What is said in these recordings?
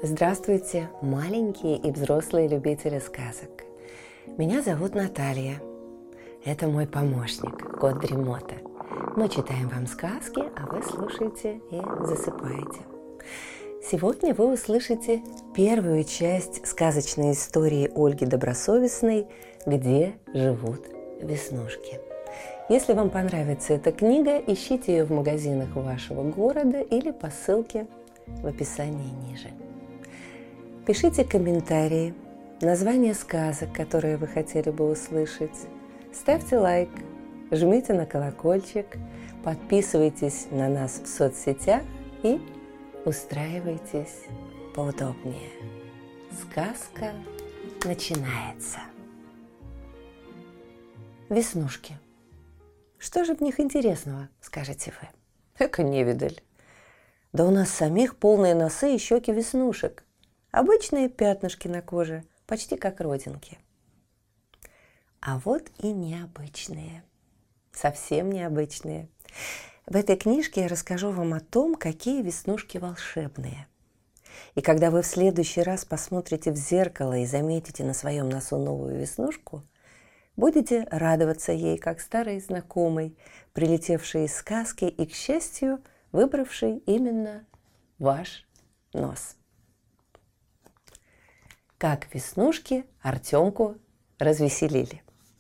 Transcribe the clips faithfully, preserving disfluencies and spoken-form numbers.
Здравствуйте, маленькие и взрослые любители сказок. Меня зовут Наталья. Это мой помощник, кот Дремота. Мы читаем вам сказки, а вы слушаете и засыпаете. Сегодня вы услышите первую часть сказочной истории Ольги Добросовестной «Где живут веснушки». Если вам понравится эта книга, ищите ее в магазинах вашего города или по ссылке в описании ниже. Пишите комментарии, названия сказок, которые вы хотели бы услышать. Ставьте лайк, жмите на колокольчик, подписывайтесь на нас в соцсетях и устраивайтесь поудобнее. Сказка начинается. Веснушки. Что же в них интересного, скажете вы? Эка невидаль. Да у нас самих полные носы и щеки веснушек. Обычные пятнышки на коже, почти как родинки. А вот и необычные. Совсем необычные. В этой книжке я расскажу вам о том, какие веснушки волшебные. И когда вы в следующий раз посмотрите в зеркало и заметите на своем носу новую веснушку, будете радоваться ей, как старой знакомой, прилетевшей из сказки и, к счастью, выбравшей именно ваш нос. Как веснушки Артемку развеселили.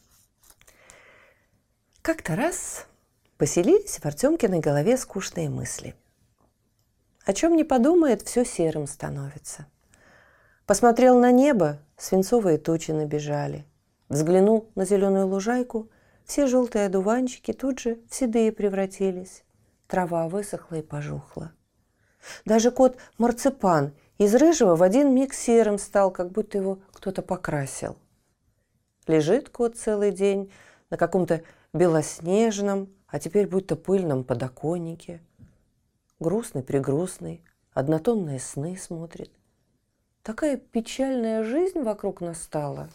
Как-то раз поселились в Артемкиной голове скучные мысли. О чем не подумает, все серым становится. Посмотрел на небо, свинцовые тучи набежали. Взглянул на зеленую лужайку, все желтые одуванчики тут же в седые превратились. Трава высохла и пожухла. Даже кот Марципан из рыжего в один миг серым стал, как будто его кто-то покрасил. Лежит кот целый день на каком-то белоснежном, а теперь будто пыльном подоконнике. Грустный-прегрустный, однотонные сны смотрит. Такая печальная жизнь вокруг настала.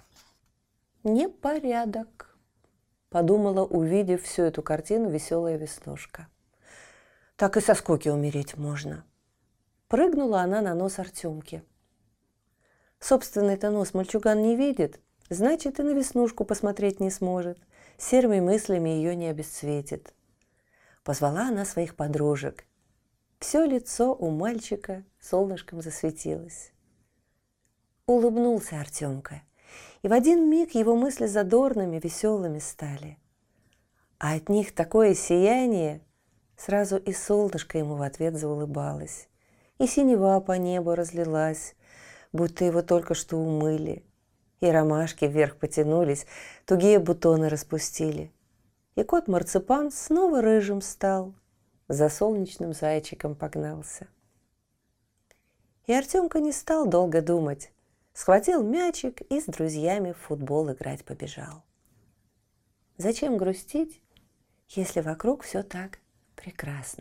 Непорядок, подумала, увидев всю эту картину, веселая веснушка. Так и со скуки умереть можно. Прыгнула она на нос Артемки. Собственный-то нос мальчуган не видит, значит, и на веснушку посмотреть не сможет. Серыми мыслями ее не обесцветит. Позвала она своих подружек. Все лицо у мальчика солнышком засветилось. Улыбнулся Артемка, и в один миг его мысли задорными, веселыми стали. А от них такое сияние, сразу и солнышко ему в ответ заулыбалось. И синева по небу разлилась, будто его только что умыли. И ромашки вверх потянулись, тугие бутоны распустили. И кот Марципан снова рыжим стал, за солнечным зайчиком погнался. И Артемка не стал долго думать. Схватил мячик и с друзьями в футбол играть побежал. Зачем грустить, если вокруг все так прекрасно?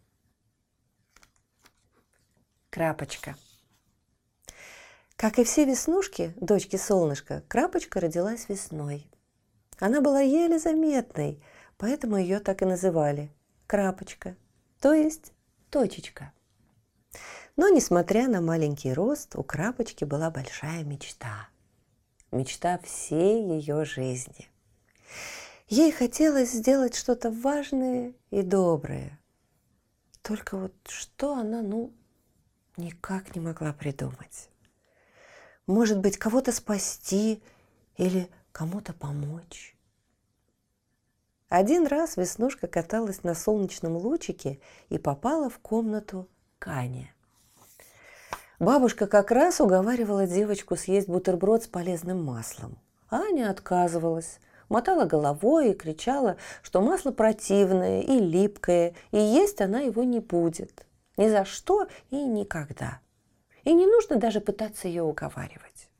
Крапочка. Как и все веснушки, дочки солнышка, Крапочка родилась весной. Она была еле заметной, поэтому ее так и называли Крапочка, то есть точечка. Но, несмотря на маленький рост, у Крапочки была большая мечта. Мечта всей ее жизни. Ей хотелось сделать что-то важное и доброе. Только вот что она, ну, никак не могла придумать. Может быть, кого-то спасти или кому-то помочь. Один раз Веснушка каталась на солнечном лучике и попала в комнату к Ане. Бабушка как раз уговаривала девочку съесть бутерброд с полезным маслом. Аня отказывалась, мотала головой и кричала, что масло противное и липкое, и есть она его не будет. Ни за что и никогда. И не нужно даже пытаться ее уговаривать.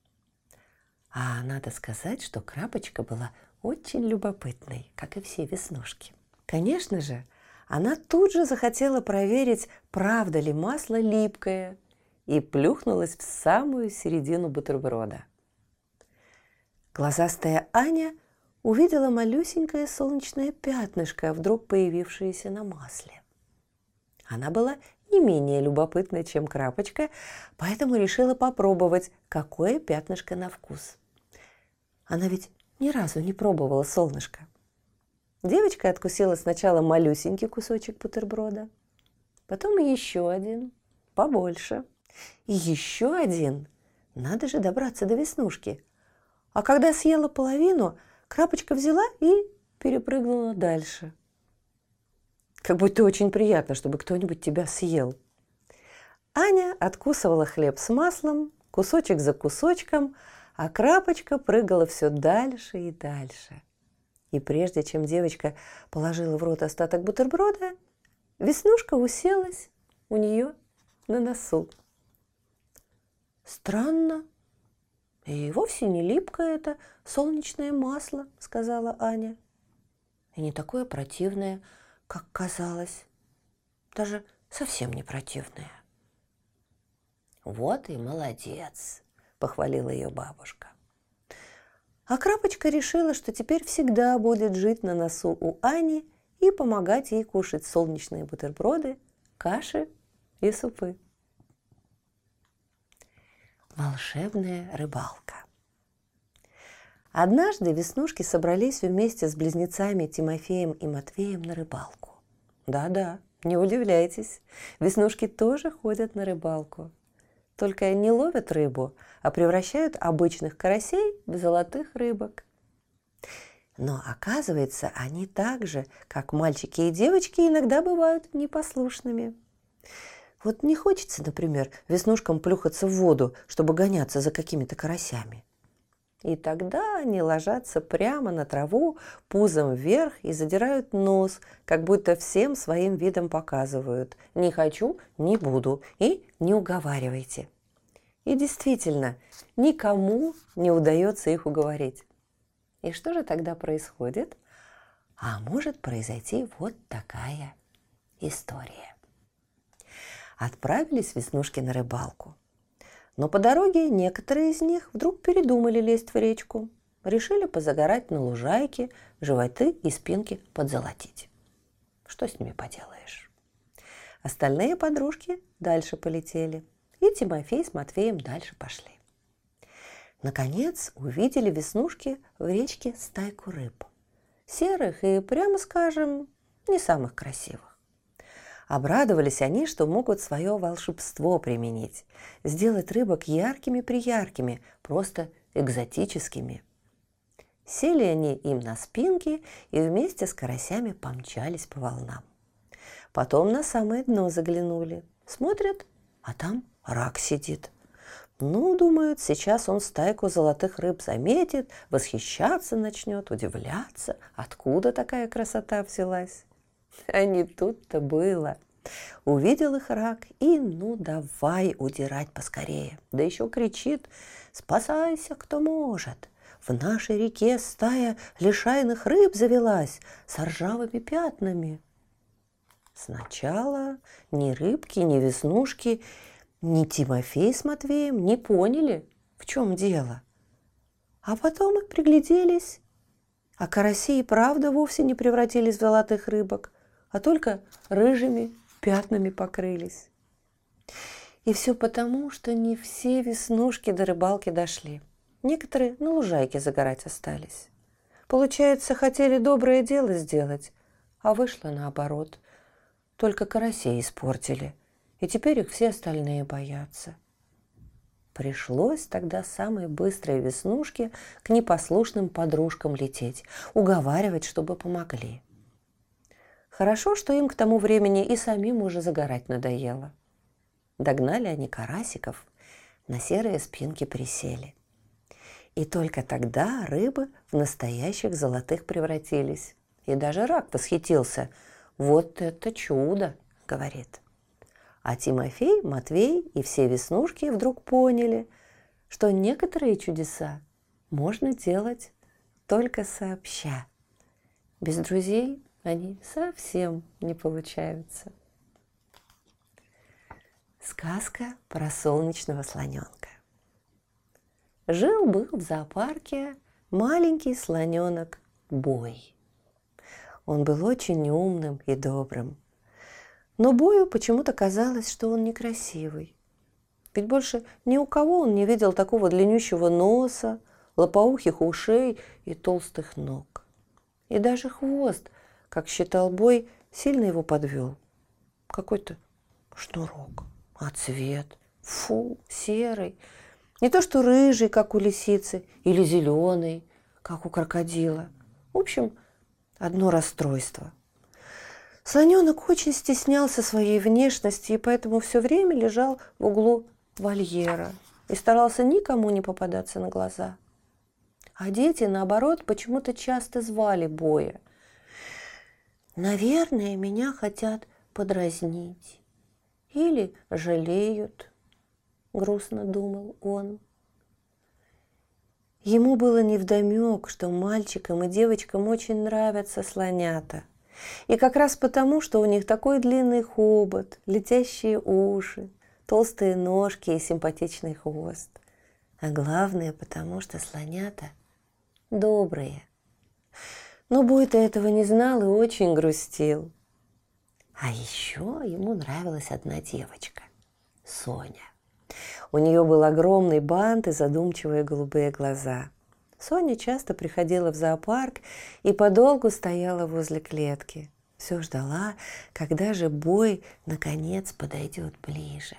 А надо сказать, что Крапочка была очень любопытной, как и все веснушки. Конечно же, она тут же захотела проверить, правда ли масло липкое, и плюхнулась в самую середину бутерброда. Глазастая Аня увидела малюсенькое солнечное пятнышко, вдруг появившееся на масле. Она была не менее любопытная, чем Крапочка, поэтому решила попробовать, какое пятнышко на вкус. Она ведь ни разу не пробовала солнышко. Девочка откусила сначала малюсенький кусочек бутерброда, потом еще один, побольше, и еще один. Надо же добраться до Веснушки. А когда съела половину, Крапочка взяла и перепрыгнула дальше. Как будто очень приятно, чтобы кто-нибудь тебя съел. Аня откусывала хлеб с маслом, кусочек за кусочком, а Крапочка прыгала все дальше и дальше. И прежде чем девочка положила в рот остаток бутерброда, Веснушка уселась у нее на носу. «Странно, и вовсе не липкое это солнечное масло», — сказала Аня. «И не такое противное, как казалось. Даже совсем не противное». «Вот и молодец», — похвалила ее бабушка. А Крапочка решила, что теперь всегда будет жить на носу у Ани и помогать ей кушать солнечные бутерброды, каши и супы. Волшебная рыбалка. Однажды Веснушки собрались вместе с близнецами Тимофеем и Матвеем на рыбалку. Да-да, не удивляйтесь, Веснушки тоже ходят на рыбалку. Только не ловят рыбу, а превращают обычных карасей в золотых рыбок. Но оказывается, они так же, как мальчики и девочки, иногда бывают непослушными. Вот не хочется, например, веснушкам плюхаться в воду, чтобы гоняться за какими-то карасями. И тогда они ложатся прямо на траву, пузом вверх и задирают нос, как будто всем своим видом показывают: «Не хочу, не буду, и не уговаривайте». И действительно, никому не удается их уговорить. И что же тогда происходит? А может произойти вот такая история. Отправились Веснушки на рыбалку. Но по дороге некоторые из них вдруг передумали лезть в речку. Решили позагорать на лужайке, животы и спинки подзолотить. Что с ними поделаешь? Остальные подружки дальше полетели. И Тимофей с Матвеем дальше пошли. Наконец увидели Веснушки в речке стайку рыб. Серых и, прямо скажем, не самых красивых. Обрадовались они, что могут свое волшебство применить, сделать рыбок яркими-прияркими, просто экзотическими. Сели они им на спинки и вместе с карасями помчались по волнам. Потом на самое дно заглянули. Смотрят, а там рак сидит. Ну, думают, сейчас он стайку золотых рыб заметит, восхищаться начнет, удивляться, откуда такая красота взялась. А не тут-то было. Увидел их рак и ну давай удирать поскорее. Да еще кричит: «Спасайся, кто может! В нашей реке стая лишайных рыб завелась с ржавыми пятнами». Сначала ни рыбки, ни Веснушки, ни Тимофей с Матвеем не поняли, в чем дело. А потом и пригляделись. А караси и правда вовсе не превратились в золотых рыбок, а только рыжими пятнами покрылись. И все потому, что не все Веснушки до рыбалки дошли. Некоторые на лужайке загорать остались. Получается, хотели доброе дело сделать, а вышло наоборот. Только карасей испортили, и теперь их все остальные боятся. Пришлось тогда самой быстрой Веснушке к непослушным подружкам лететь, уговаривать, чтобы помогли. Хорошо, что им к тому времени и самим уже загорать надоело. Догнали они карасиков, на серые спинки присели. И только тогда рыбы в настоящих золотых превратились. И даже рак восхитился. «Вот это чудо!» — говорит. А Тимофей, Матвей и все Веснушки вдруг поняли, что некоторые чудеса можно делать только сообща. Без друзей они совсем не получаются. Сказка про солнечного слоненка. Жил-был в зоопарке маленький слоненок Бой. Он был очень умным и добрым. Но Бою почему-то казалось, что он некрасивый. Ведь больше ни у кого он не видел такого длиннющего носа, лопоухих ушей и толстых ног. И даже хвост, как считал Бой, сильно его подвел. Какой-то шнурок, а цвет, фу, серый. Не то что рыжий, как у лисицы, или зеленый, как у крокодила. В общем, одно расстройство. Слоненок очень стеснялся своей внешности и поэтому все время лежал в углу вольера и старался никому не попадаться на глаза. А дети, наоборот, почему-то часто звали Боя. «Наверное, меня хотят подразнить или жалеют», — грустно думал он. Ему было невдомек, что мальчикам и девочкам очень нравятся слонята. И как раз потому, что у них такой длинный хобот, летящие уши, толстые ножки и симпатичный хвост. А главное, потому что слонята добрые. Но Бой-то этого не знал и очень грустил. А еще ему нравилась одна девочка – Соня. У нее был огромный бант и задумчивые голубые глаза. Соня часто приходила в зоопарк и подолгу стояла возле клетки. Все ждала, когда же Бой наконец подойдет ближе.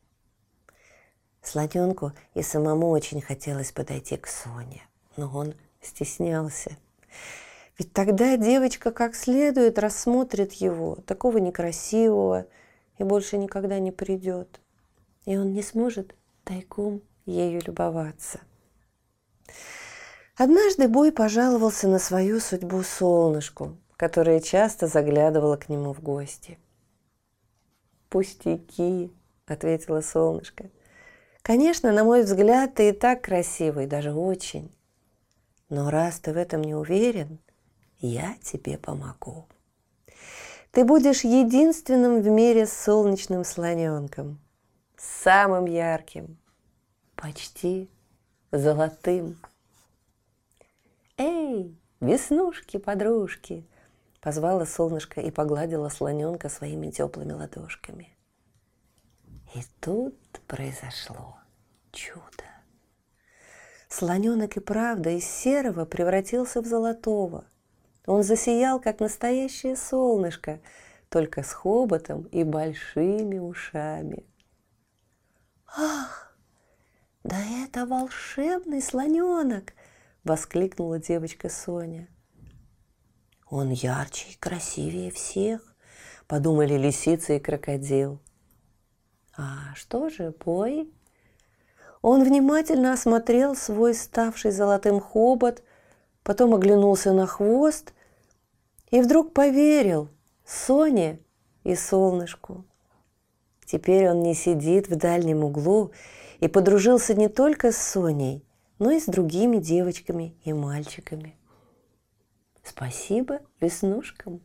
Слоненку и самому очень хотелось подойти к Соне, но он стеснялся. Ведь тогда девочка как следует рассмотрит его, такого некрасивого, и больше никогда не придет. И он не сможет тайком ею любоваться. Однажды Бой пожаловался на свою судьбу солнышку, которое часто заглядывало к нему в гости. «Пустяки», — ответила солнышко. «Конечно, на мой взгляд, ты и так красивый, даже очень. Но раз ты в этом не уверен, я тебе помогу. Ты будешь единственным в мире солнечным слоненком, самым ярким, почти золотым». «Эй, веснушки-подружки!» — позвала солнышко и погладила слоненка своими теплыми ладошками. И тут произошло чудо. Слоненок и правда из серого превратился в золотого. Он засиял, как настоящее солнышко, только с хоботом и большими ушами. «Ах, да это волшебный слоненок!» — воскликнула девочка Соня. «Он ярче и красивее всех», — подумали лисица и крокодил. «А что же Бой?» Он внимательно осмотрел свой ставший золотым хобот, потом оглянулся на хвост и вдруг поверил Соне и солнышку. Теперь он не сидит в дальнем углу и подружился не только с Соней, но и с другими девочками и мальчиками. Спасибо веснушкам.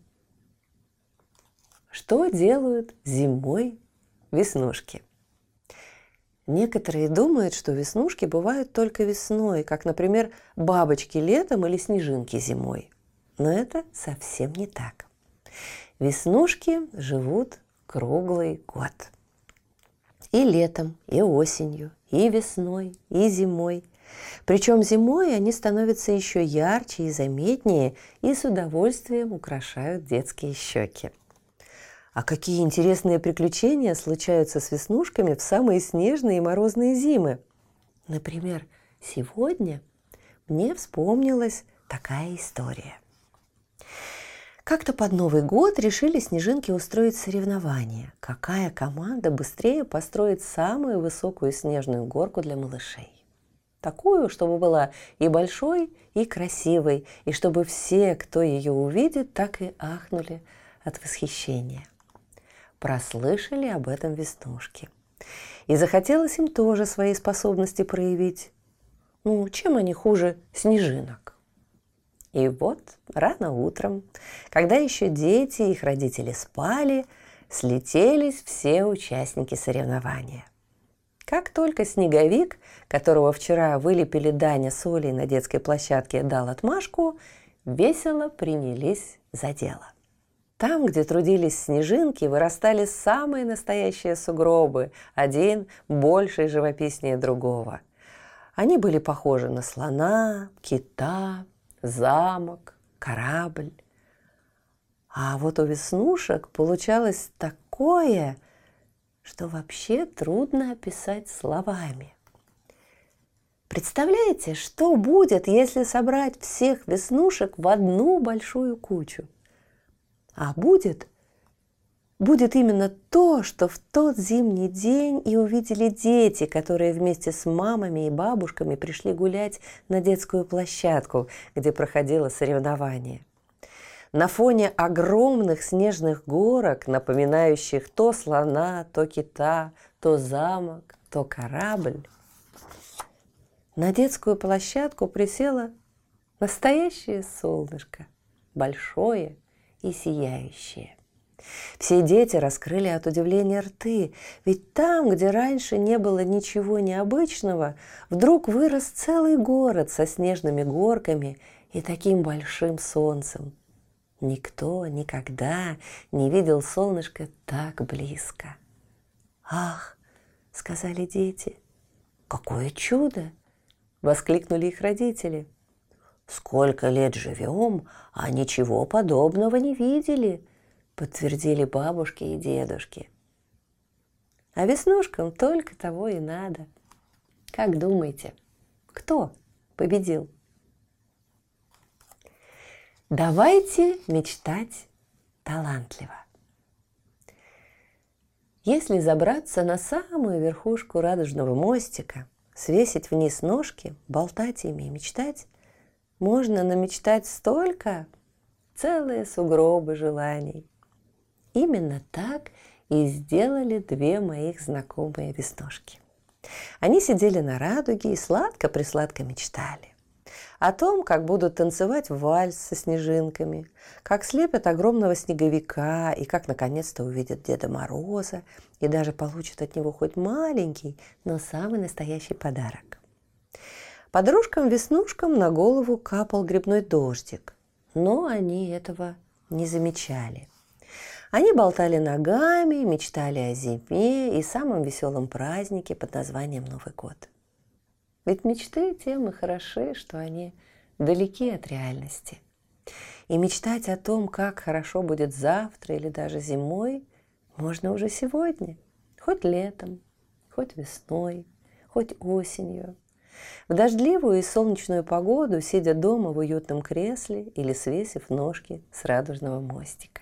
Что делают зимой веснушки? Некоторые думают, что веснушки бывают только весной, как, например, бабочки летом или снежинки зимой. Но это совсем не так. Веснушки живут круглый год. И летом, и осенью, и весной, и зимой. Причем зимой они становятся еще ярче и заметнее и с удовольствием украшают детские щеки. А какие интересные приключения случаются с веснушками в самые снежные и морозные зимы? Например, сегодня мне вспомнилась такая история. Как-то под Новый год решили снежинки устроить соревнование, какая команда быстрее построит самую высокую снежную горку для малышей. Такую, чтобы была и большой, и красивой, и чтобы все, кто ее увидит, так и ахнули от восхищения. Прослышали об этом веснушки. И захотелось им тоже свои способности проявить. Ну, чем они хуже снежинок? И вот рано утром, когда еще дети и их родители спали, слетелись все участники соревнования. Как только снеговик, которого вчера вылепили Даня с Олей на детской площадке, дал отмашку, весело принялись за дело. Там, где трудились снежинки, вырастали самые настоящие сугробы, один больше и живописнее другого. Они были похожи на слона, кита, замок, корабль. А вот у веснушек получалось такое, что вообще трудно описать словами. Представляете, что будет, если собрать всех веснушек в одну большую кучу? А будет, будет именно то, что в тот зимний день и увидели дети, которые вместе с мамами и бабушками пришли гулять на детскую площадку, где проходило соревнование. На фоне огромных снежных горок, напоминающих то слона, то кита, то замок, то корабль, на детскую площадку присело настоящее солнышко, большое и сияющее. Все дети раскрыли от удивления рты, ведь там, где раньше не было ничего необычного, вдруг вырос целый город со снежными горками и таким большим солнцем. Никто никогда не видел солнышко так близко. «Ах!» — сказали дети. «Какое чудо!» — воскликнули их родители. «Сколько лет живем, а ничего подобного не видели», — подтвердили бабушки и дедушки. А веснушкам только того и надо. Как думаете, кто победил? Давайте мечтать талантливо. Если забраться на самую верхушку радужного мостика, свесить вниз ножки, болтать ими и мечтать, можно намечтать столько, целые сугробы желаний. Именно так и сделали две моих знакомые веснушки. Они сидели на радуге и сладко-присладко мечтали о том, как будут танцевать вальс со снежинками, как слепят огромного снеговика и как наконец-то увидят Деда Мороза и даже получат от него хоть маленький, но самый настоящий подарок. Подружкам-веснушкам на голову капал грибной дождик, но они этого не замечали. Они болтали ногами, мечтали о зиме и самом веселом празднике под названием Новый год. Ведь мечты тем и хороши, что они далеки от реальности. И мечтать о том, как хорошо будет завтра или даже зимой, можно уже сегодня, хоть летом, хоть весной, хоть осенью. В дождливую и солнечную погоду, сидя дома в уютном кресле или свесив ножки с радужного мостика.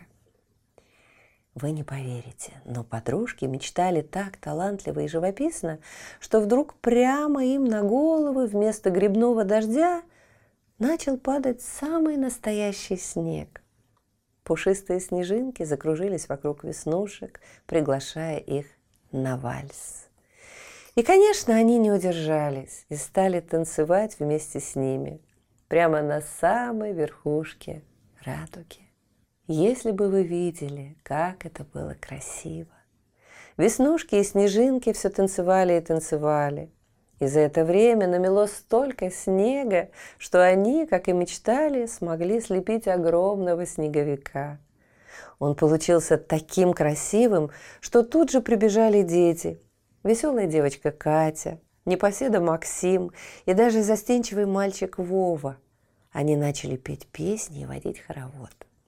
Вы не поверите, но подружки мечтали так талантливо и живописно, что вдруг прямо им на головы вместо грибного дождя начал падать самый настоящий снег. Пушистые снежинки закружились вокруг веснушек, приглашая их на вальс. И, конечно, они не удержались и стали танцевать вместе с ними, прямо на самой верхушке радуги. Если бы вы видели, как это было красиво. Веснушки и снежинки все танцевали и танцевали. И за это время намело столько снега, что они, как и мечтали, смогли слепить огромного снеговика. Он получился таким красивым, что тут же прибежали дети. Веселая девочка Катя, непоседа Максим и даже застенчивый мальчик Вова. Они начали петь песни и водить хоровод.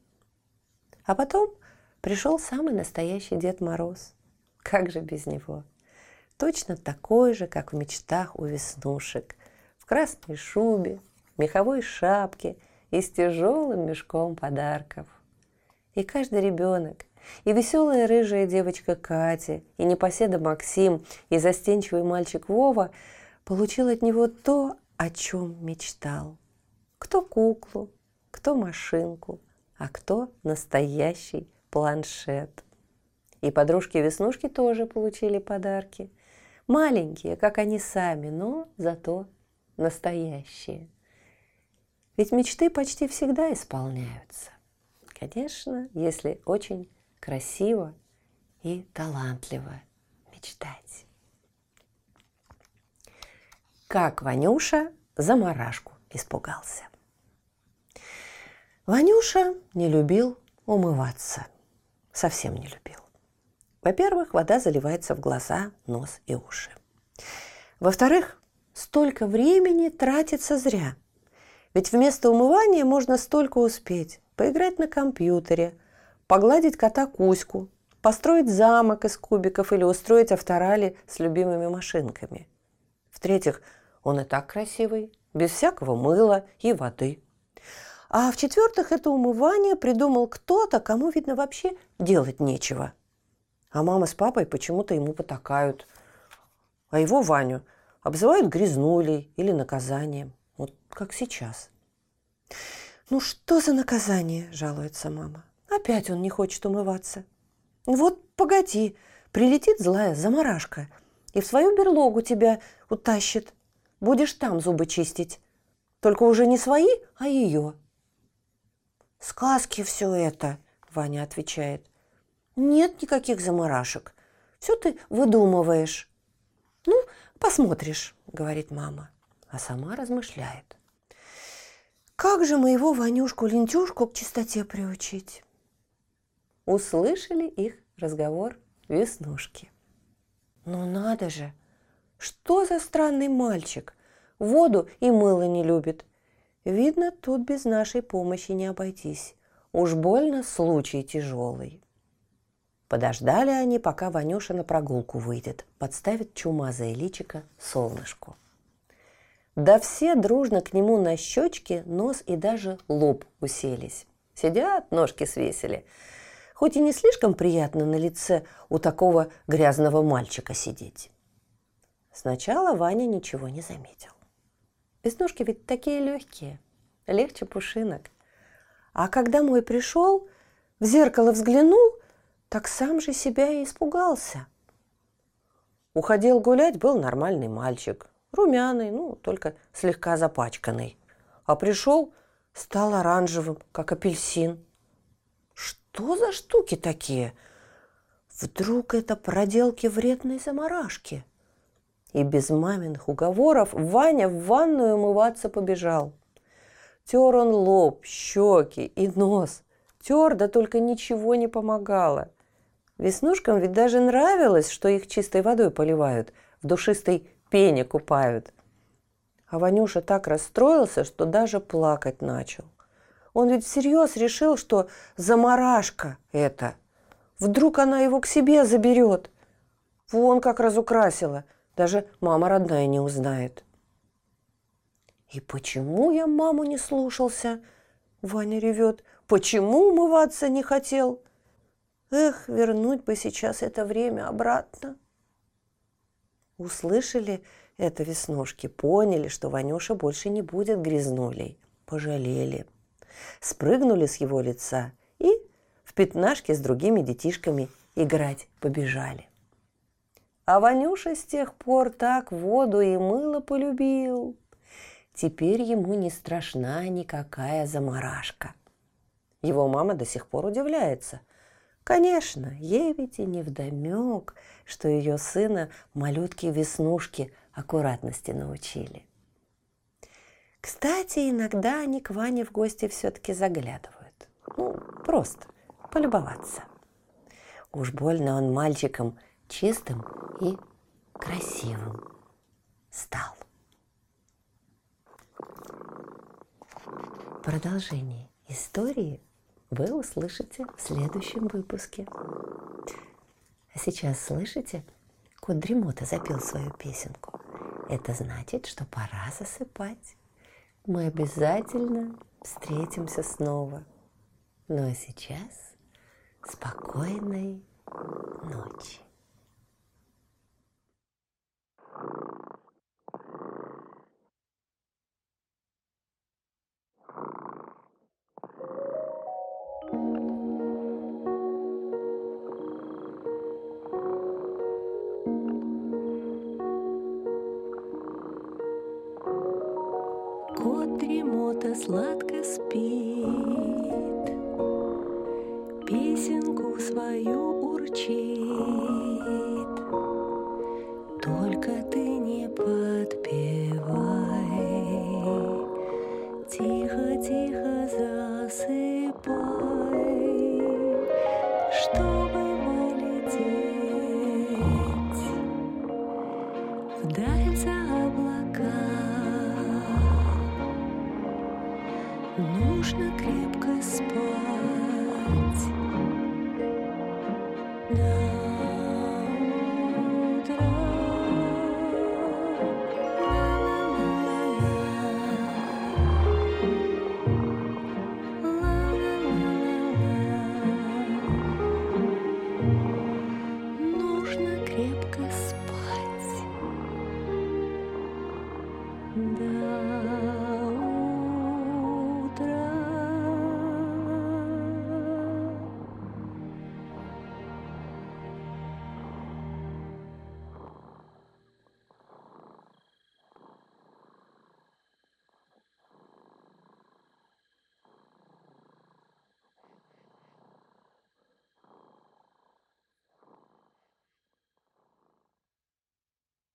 А потом пришел самый настоящий Дед Мороз. Как же без него? Точно такой же, как в мечтах у веснушек. В красной шубе, меховой шапке и с тяжелым мешком подарков. И каждый ребенок, и веселая рыжая девочка Катя, и непоседа Максим, и застенчивый мальчик Вова получил от него то, о чем мечтал. Кто куклу, кто машинку, а кто настоящий планшет. И подружки-веснушки тоже получили подарки. Маленькие, как они сами, но зато настоящие. Ведь мечты почти всегда исполняются. Конечно, если очень красиво и талантливо мечтать. Как Ванюша заморашку испугался. Ванюша не любил умываться совсем не любил. Во-первых, вода заливается в глаза, нос и уши. Во-вторых, столько времени тратится зря. Ведь вместо умывания можно столько успеть: поиграть на компьютере, погладить кота Кузьку, построить замок из кубиков или устроить авторалли с любимыми машинками. В-третьих, он и так красивый, без всякого мыла и воды. А в-четвертых, это умывание придумал кто-то, кому, видно, вообще делать нечего. А мама с папой почему-то ему потакают. А его, Ваню, обзывают грязнулей или наказанием. Вот как сейчас. «Ну что за наказание?» – жалуется мама. «Опять он не хочет умываться. Вот погоди, прилетит злая заморашка и в свою берлогу тебя утащит. Будешь там зубы чистить. Только уже не свои, а ее». «Сказки все это», – Ваня отвечает. «Нет никаких заморашек. Все ты выдумываешь». «Ну, посмотришь», – говорит мама, а сама размышляет. «Как же моего Ванюшку-лентюшку к чистоте приучить?» Услышали их разговор веснушки. «Ну надо же! Что за странный мальчик? Воду и мыло не любит. Видно, тут без нашей помощи не обойтись. Уж больно случай тяжелый». Подождали они, пока Ванюша на прогулку выйдет, подставит чумазое личико солнышку. Да все дружно к нему на щечки, нос и даже лоб уселись. Сидят, ножки свесили. Хоть и не слишком приятно на лице у такого грязного мальчика сидеть. Сначала Ваня ничего не заметил. Веснушки ведь такие легкие, легче пушинок. А когда мой пришел, в зеркало взглянул, так сам же себя и испугался. Уходил гулять, был нормальный мальчик, румяный, ну, только слегка запачканный. А пришел, стал оранжевым, как апельсин. Что за штуки такие? Вдруг это проделки вредной заморашки? И без маминых уговоров Ваня в ванную умываться побежал. Тер он лоб, щеки и нос. Тер, да только ничего не помогало. Веснушкам ведь даже нравилось, что их чистой водой поливают, в душистой пене купают. А Ванюша так расстроился, что даже плакать начал. Он ведь всерьез решил, что заморашка это. Вдруг она его к себе заберет. Вон как разукрасила, даже мама родная не узнает. «И почему я маму не слушался?» Ваня ревет. «Почему умываться не хотел? Эх, вернуть бы сейчас это время обратно». Услышали это веснушки, поняли, что Ванюша больше не будет грязнулей. Пожалели. Спрыгнули с его лица и в пятнашке с другими детишками играть побежали. А Ванюша с тех пор так воду и мыло полюбил. Теперь ему не страшна никакая заморашка. Его мама до сих пор удивляется. Конечно, ей ведь и невдомек, что ее сына малютки-веснушки аккуратности научили. Кстати, иногда они к Ване в гости все-таки заглядывают. Ну, просто полюбоваться. Уж больно он мальчиком чистым и красивым стал. Продолжение истории вы услышите в следующем выпуске. А сейчас слышите? Кот Дремота запел свою песенку. Это значит, что пора засыпать. Мы обязательно встретимся снова. Ну а сейчас спокойной ночи. Кот Дремота сладко спит, песенку свою урчит. Только ты не подпевай, тихо-тихо засыпай. чтобы полететь вдаль за облака. Нужно крепко спать.